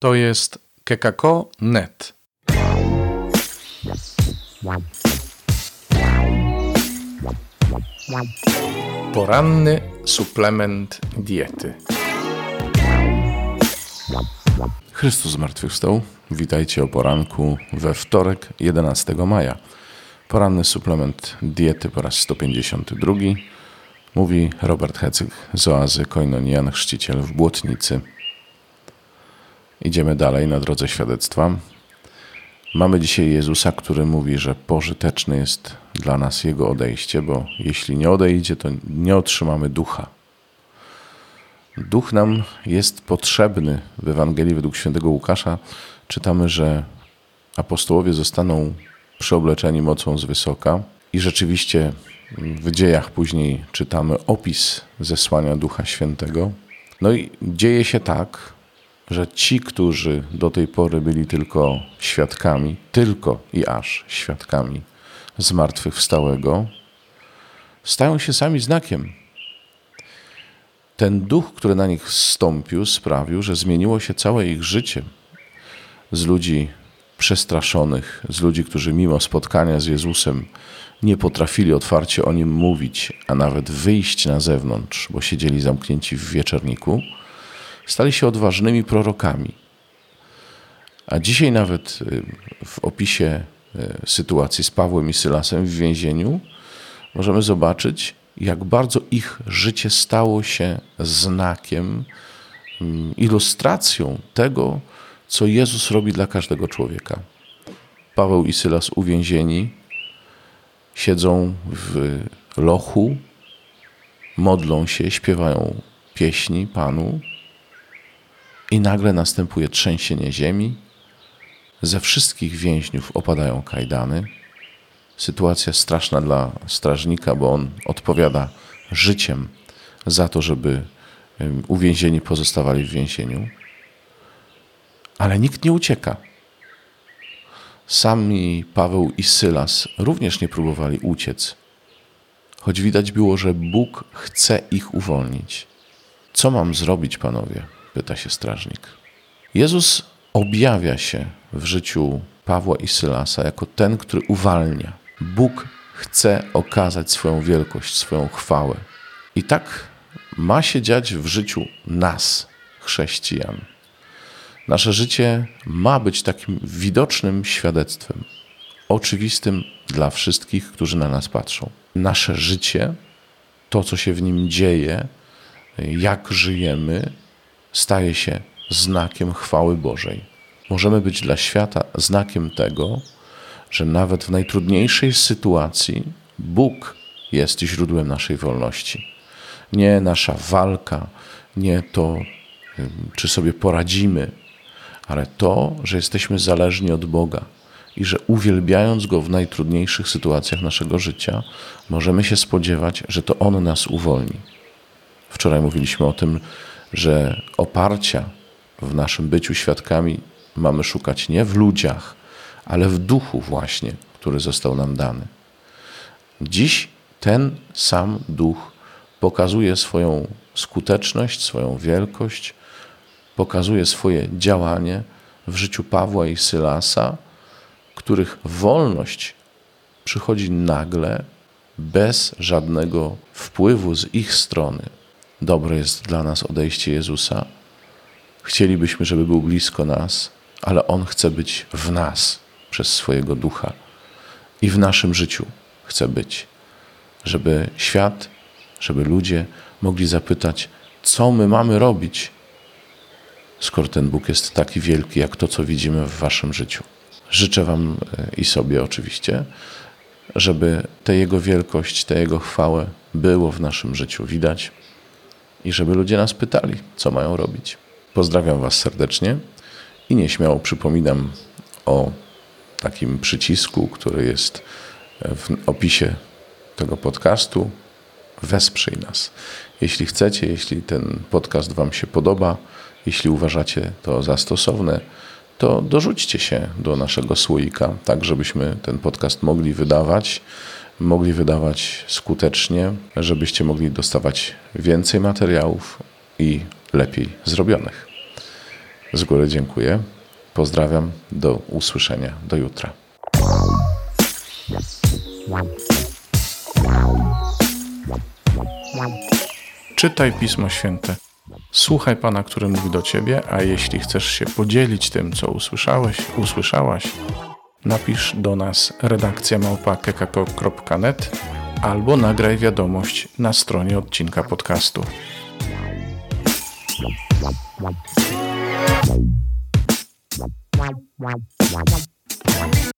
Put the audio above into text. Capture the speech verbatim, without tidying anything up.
To jest kekako kropka net. Poranny suplement diety. Chrystus zmartwychwstał. Witajcie o poranku we wtorek, jedenastego maja. Poranny suplement diety po raz sto pięćdziesiąty drugi. Mówi Robert Hecyk z oazy Koinonian, chrzciciel w Błotnicy. Idziemy dalej na drodze świadectwa. Mamy dzisiaj Jezusa, który mówi, że pożyteczne jest dla nas Jego odejście, bo jeśli nie odejdzie, to nie otrzymamy ducha. Duch nam jest potrzebny. W Ewangelii według świętego Łukasza czytamy, że apostołowie zostaną przeobleczeni mocą z wysoka i rzeczywiście w dziejach później czytamy opis zesłania Ducha Świętego. No i dzieje się tak, że ci, którzy do tej pory byli tylko świadkami, tylko i aż świadkami zmartwychwstałego, stają się sami znakiem. Ten duch, który na nich zstąpił, sprawił, że zmieniło się całe ich życie. Z ludzi przestraszonych, z ludzi, którzy mimo spotkania z Jezusem nie potrafili otwarcie o Nim mówić, a nawet wyjść na zewnątrz, bo siedzieli zamknięci w wieczorniku, stali się odważnymi prorokami. A dzisiaj nawet w opisie sytuacji z Pawłem i Sylasem w więzieniu możemy zobaczyć, jak bardzo ich życie stało się znakiem, ilustracją tego, co Jezus robi dla każdego człowieka. Paweł i Sylas uwięzieni siedzą w lochu, modlą się, śpiewają pieśni Panu i nagle następuje trzęsienie ziemi. Ze wszystkich więźniów opadają kajdany. Sytuacja straszna dla strażnika, bo on odpowiada życiem za to, żeby uwięzieni pozostawali w więzieniu. Ale nikt nie ucieka. Sami Paweł i Sylas również nie próbowali uciec, choć widać było, że Bóg chce ich uwolnić. Co mam zrobić, panowie? Pyta się strażnik. Jezus objawia się w życiu Pawła i Sylasa jako ten, który uwalnia. Bóg chce okazać swoją wielkość, swoją chwałę. I tak ma się dziać w życiu nas, chrześcijan. Nasze życie ma być takim widocznym świadectwem, oczywistym dla wszystkich, którzy na nas patrzą. Nasze życie, to co się w nim dzieje, jak żyjemy, staje się znakiem chwały Bożej. Możemy być dla świata znakiem tego, że nawet w najtrudniejszej sytuacji Bóg jest źródłem naszej wolności. Nie nasza walka, nie to, czy sobie poradzimy, ale to, że jesteśmy zależni od Boga i że uwielbiając Go w najtrudniejszych sytuacjach naszego życia, możemy się spodziewać, że to On nas uwolni. Wczoraj mówiliśmy o tym, że oparcia w naszym byciu świadkami mamy szukać nie w ludziach, ale w duchu właśnie, który został nam dany. Dziś ten sam duch pokazuje swoją skuteczność, swoją wielkość, pokazuje swoje działanie w życiu Pawła i Sylasa, których wolność przychodzi nagle, bez żadnego wpływu z ich strony. Dobre jest dla nas odejście Jezusa. Chcielibyśmy, żeby był blisko nas, ale On chce być w nas przez swojego Ducha i w naszym życiu chce być, żeby świat, żeby ludzie mogli zapytać, co my mamy robić, skoro ten Bóg jest taki wielki, jak to, co widzimy w waszym życiu. Życzę wam i sobie oczywiście, żeby tę Jego wielkość, tę Jego chwałę było w naszym życiu widać i żeby ludzie nas pytali, co mają robić. Pozdrawiam was serdecznie i nieśmiało przypominam o takim przycisku, który jest w opisie tego podcastu. Wesprzyj nas. Jeśli chcecie, jeśli ten podcast wam się podoba, jeśli uważacie to za stosowne, to dorzućcie się do naszego słoika, tak żebyśmy ten podcast mogli wydawać, mogli wydawać skutecznie, żebyście mogli dostawać więcej materiałów i lepiej zrobionych. Z góry dziękuję. Pozdrawiam. Do usłyszenia. Do jutra. Czytaj Pismo Święte. Słuchaj Pana, który mówi do Ciebie, a jeśli chcesz się podzielić tym, co usłyszałeś, usłyszałaś, napisz do nas redakcja małpa kekako kropka net albo nagraj wiadomość na stronie odcinka podcastu. Wow, wow, wow, wow.